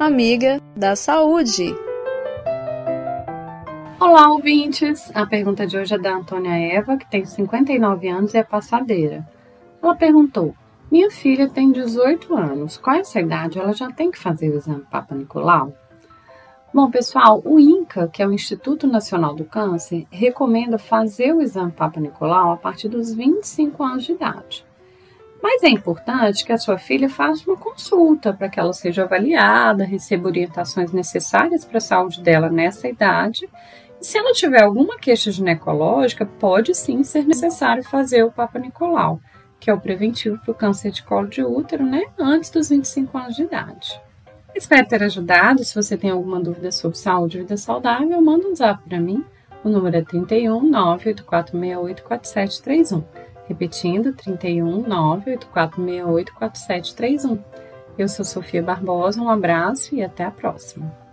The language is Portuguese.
amiga da saúde. Olá, ouvintes! A pergunta de hoje é da Antônia Eva, que tem 59 anos e é passadeira. Ela perguntou: minha filha tem 18 anos, qual é essa idade? Ela já tem que fazer o exame Papa Nicolau? Bom, pessoal, o INCA, que é o Instituto Nacional do Câncer, recomenda fazer o exame Papa Nicolau a partir dos 25 anos de idade. Mas é importante que a sua filha faça uma consulta para que ela seja avaliada, receba orientações necessárias para a saúde dela nessa idade. E se ela tiver alguma queixa ginecológica, pode sim ser necessário fazer o Papa Nicolau, que é o preventivo para o câncer de colo de útero, antes dos 25 anos de idade. Espero ter ajudado. Se você tem alguma dúvida sobre saúde e vida saudável, manda um zap para mim. O número é 31 98468 4731. Repetindo, 31 98468 4731. Eu sou Sofia Barbosa, um abraço e até a próxima.